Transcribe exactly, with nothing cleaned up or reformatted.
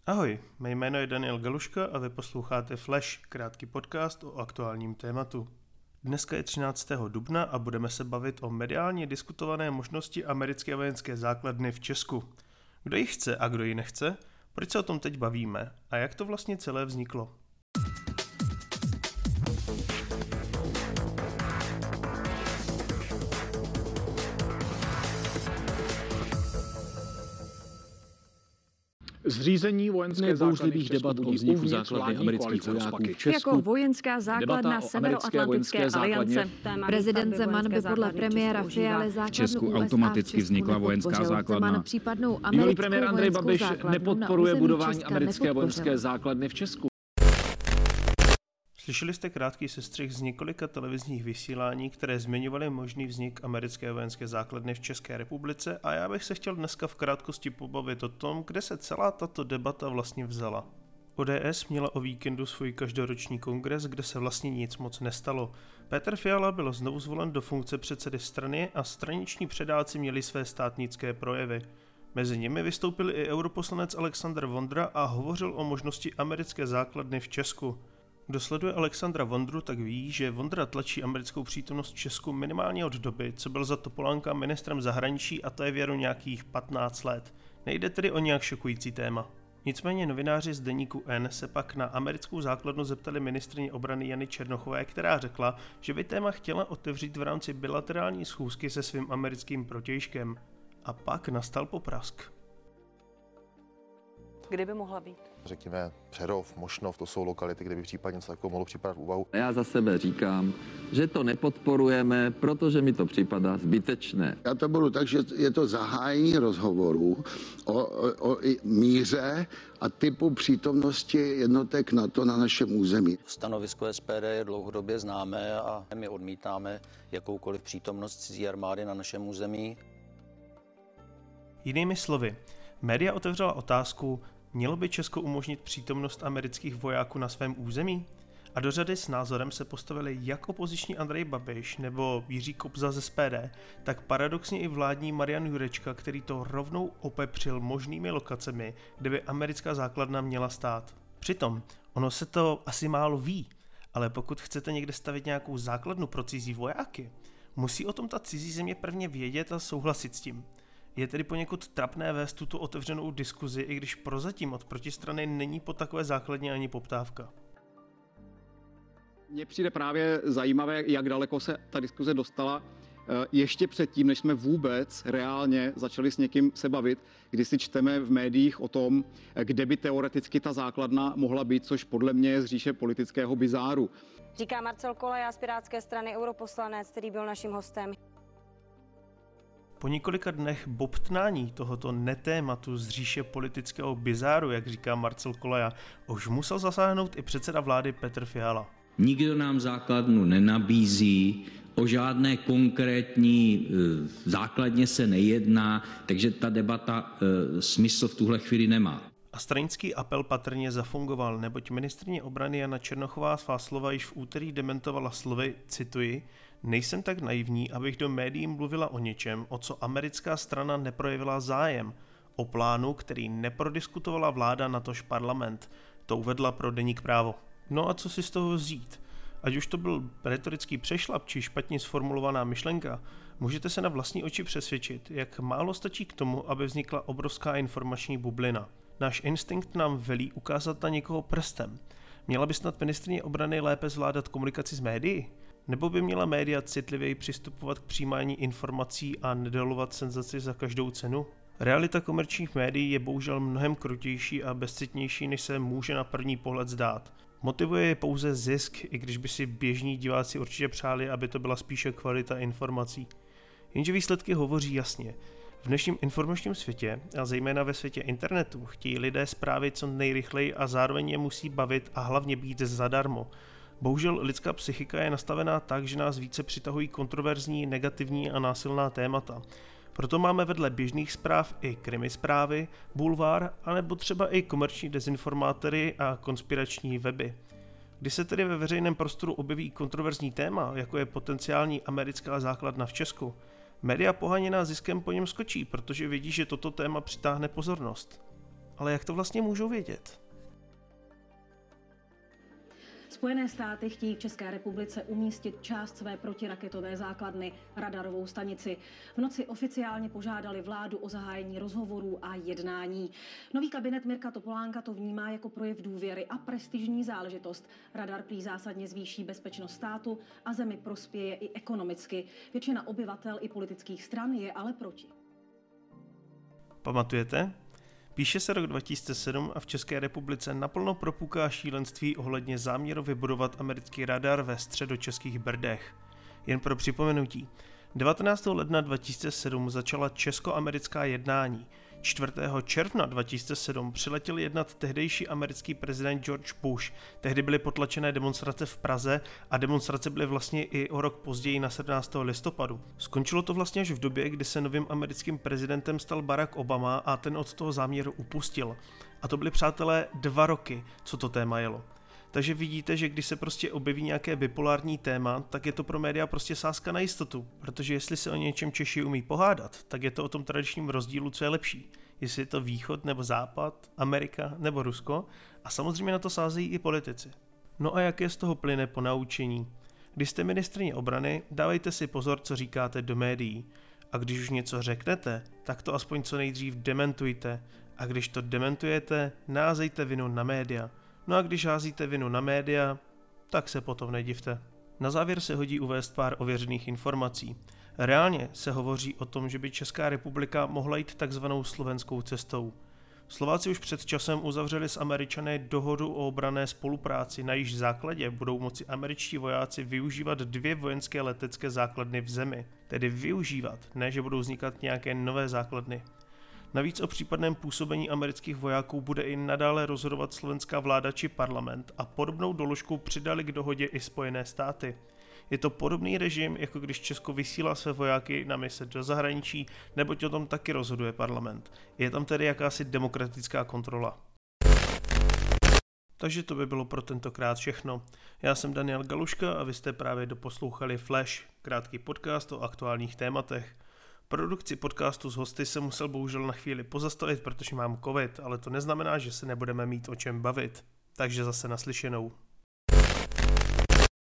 Ahoj, mé jméno je Daniel Galuška a vy posloucháte Flash, krátký podcast o aktuálním tématu. Dneska je třináctého dubna a budeme se bavit o mediálně diskutované možnosti americké vojenské základny v Česku. Kdo ji chce a kdo ji nechce? Proč se o tom teď bavíme? A jak to vlastně celé vzniklo? Zřízení vojenské základny v debat o vzniku základny amerických vojáků v Česku. Jako vojenská základna Severoatlantické aliance. Prezident Zeman by podle premiéra Fialy základnu v Česku automaticky vznikla vojenská základna. Bývalý premiér Andrej Babiš nepodporuje budování americké vojenské základny v Česku. Slyšeli jste krátký sestřih z několika televizních vysílání, které zmiňovaly možný vznik americké vojenské základny v České republice, a já bych se chtěl dneska v krátkosti pobavit o tom, kde se celá tato debata vlastně vzala. O D S měla o víkendu svůj každoroční kongres, kde se vlastně nic moc nestalo. Petr Fiala byl znovu zvolen do funkce předsedy strany a straniční předáci měli své státnické projevy. Mezi nimi vystoupil i europoslanec Alexandr Vondra a hovořil o možnosti americké základny v Česku. Kdo sleduje Alexandra Vondru, tak ví, že Vondra tlačí americkou přítomnost v Česku minimálně od doby, co byl za Topolánka ministrem zahraničí, a to je věru nějakých patnáct let. Nejde tedy o nějak šokující téma. Nicméně novináři z deníku N se pak na americkou základnu zeptali ministryně obrany Jany Černochové, která řekla, že by téma chtěla otevřít v rámci bilaterální schůzky se svým americkým protějškem. A pak nastal poprask. Kde by mohla být? Řekněme Přerov, Mošnov, to jsou lokality, kde by případně něco takového mohlo připadat v úvahu. Já za sebe říkám, že to nepodporujeme, protože mi to připadá zbytečné. Já to budu tak, že je to zahájení rozhovorů o, o, o míře a typu přítomnosti jednotek NATO na našem území. Stanovisko S P D je dlouhodobě známé a my odmítáme jakoukoliv přítomnost cizí armády na našem území. Jinými slovy, média otevřela otázku, mělo by Česko umožnit přítomnost amerických vojáků na svém území? A do řady s názorem se postavili jak opoziční Andrej Babiš nebo Jiří Kobza z S P D, tak paradoxně i vládní Marian Jurečka, který to rovnou opepřil možnými lokacemi, kde by americká základna měla stát. Přitom, ono se to asi málo ví, ale pokud chcete někde stavit nějakou základnu pro cizí vojáky, musí o tom ta cizí země prvně vědět a souhlasit s tím. Je tedy poněkud trapné vést tuto otevřenou diskuzi, i když prozatím od protistrany není po takové základně ani poptávka. Mně přijde právě zajímavé, jak daleko se ta diskuze dostala ještě předtím, než jsme vůbec reálně začali s někým se bavit, kdy si čteme v médiích o tom, kde by teoreticky ta základna mohla být, což podle mě je z říše politického bizáru. Říká Marcel Kolaja z Pirátské strany, europoslanec, který byl naším hostem. Po několika dnech bobtnání tohoto netématu z říše politického bizáru, jak říká Marcel Kolaja, už musel zasáhnout i předseda vlády Petr Fiala. Nikdo nám základnu nenabízí, o žádné konkrétní e, základně se nejedná, takže ta debata e, smysl v tuhle chvíli nemá. A stranický apel patrně zafungoval, neboť ministryně obrany Jana Černochová svá slova již v úterý dementovala slovy, cituji, nejsem tak naivní, abych do médií mluvila o něčem, o co americká strana neprojevila zájem, o plánu, který neprodiskutovala vláda natož parlament. To uvedla pro deník Právo. No a co si z toho vzít? Ať už to byl retorický přešlap či špatně sformulovaná myšlenka, můžete se na vlastní oči přesvědčit, jak málo stačí k tomu, aby vznikla obrovská informační bublina. Náš instinkt nám velí ukázat na někoho prstem. Měla by snad ministryně obrany lépe zvládat komunikaci s médií? Nebo by měla média citlivěji přistupovat k přijímání informací a nedolovat senzaci za každou cenu? Realita komerčních médií je bohužel mnohem krutější a bezcitnější, než se může na první pohled zdát. Motivuje je pouze zisk, i když by si běžní diváci určitě přáli, aby to byla spíše kvalita informací. Jenže výsledky hovoří jasně. V dnešním informačním světě, a zejména ve světě internetu, chtějí lidé zprávy co nejrychleji a zároveň je musí bavit a hlavně být zadarmo. Bohužel lidská psychika je nastavená tak, že nás více přitahují kontroverzní, negativní a násilná témata. Proto máme vedle běžných zpráv i krimi zprávy, bulvár, anebo třeba i komerční dezinformátory a konspirační weby. Když se tedy ve veřejném prostoru objeví kontroverzní téma, jako je potenciální americká základna v Česku, média poháněná ziskem po něm skočí, protože vidí, že toto téma přitáhne pozornost. ale jak to vlastně můžou vědět? Spojené státy chtějí v České republice umístit část své protiraketové základny, radarovou stanici. V noci oficiálně požádali vládu o zahájení rozhovorů a jednání. Nový kabinet Mirka Topolánka to vnímá jako projev důvěry a prestižní záležitost. Radar prý zásadně zvýší bezpečnost státu a zemi prospěje i ekonomicky. Většina obyvatel i politických stran je ale proti. Pamatujete? Píše se rok dva tisíce sedm a v České republice naplno propuká šílenství ohledně záměru vybudovat americký radar ve středočeských Brdech. Jen pro připomenutí, devatenáctého ledna dva tisíce sedm začala česko-americká jednání. čtvrtého června dva tisíce sedm přiletěl jednat tehdejší americký prezident George Bush. Tehdy byly potlačené demonstrace v Praze a demonstrace byly vlastně i o rok později na sedmnáctého listopadu. Skončilo to vlastně až v době, kdy se novým americkým prezidentem stal Barack Obama a ten od toho záměru upustil. A to byly, přátelé, dva roky, co to téma jelo. Takže vidíte, že když se prostě objeví nějaké bipolární téma, tak je to pro média prostě sázka na jistotu, protože jestli se o něčem Češi umí pohádat, tak je to o tom tradičním rozdílu, co je lepší. Jestli je to východ nebo západ, Amerika nebo Rusko, a samozřejmě na to sázejí i politici. No a jaké z toho plyne ponaučení? Když jste ministryně obrany, dávejte si pozor, co říkáte do médií. A když už něco řeknete, tak to aspoň co nejdřív dementujte. A když to dementujete, názejte vinu na média. No a když házíte vinu na média, tak se potom nedivte. Na závěr se hodí uvést pár ověřených informací. Reálně se hovoří o tom, že by Česká republika mohla jít takzvanou slovenskou cestou. Slováci už před časem uzavřeli s Američané dohodu o obranné spolupráci, na jejíž základě budou moci američtí vojáci využívat dvě vojenské letecké základny v zemi. Tedy využívat, ne že budou vznikat nějaké nové základny. Navíc o případném působení amerických vojáků bude i nadále rozhodovat slovenská vláda či parlament a podobnou doložku přidali k dohodě i Spojené státy. Je to podobný režim, jako když Česko vysílá své vojáky na mise do zahraničí, neboť o tom taky rozhoduje parlament. Je tam tedy jakási demokratická kontrola. Takže to by bylo pro tentokrát všechno. Já jsem Daniel Galuška a vy jste právě doposlouchali Flash, krátký podcast o aktuálních tématech. Produkci podcastu s hosty jsem musel bohužel na chvíli pozastavit, protože mám covid, ale to neznamená, že se nebudeme mít o čem bavit. Takže zase naslyšenou.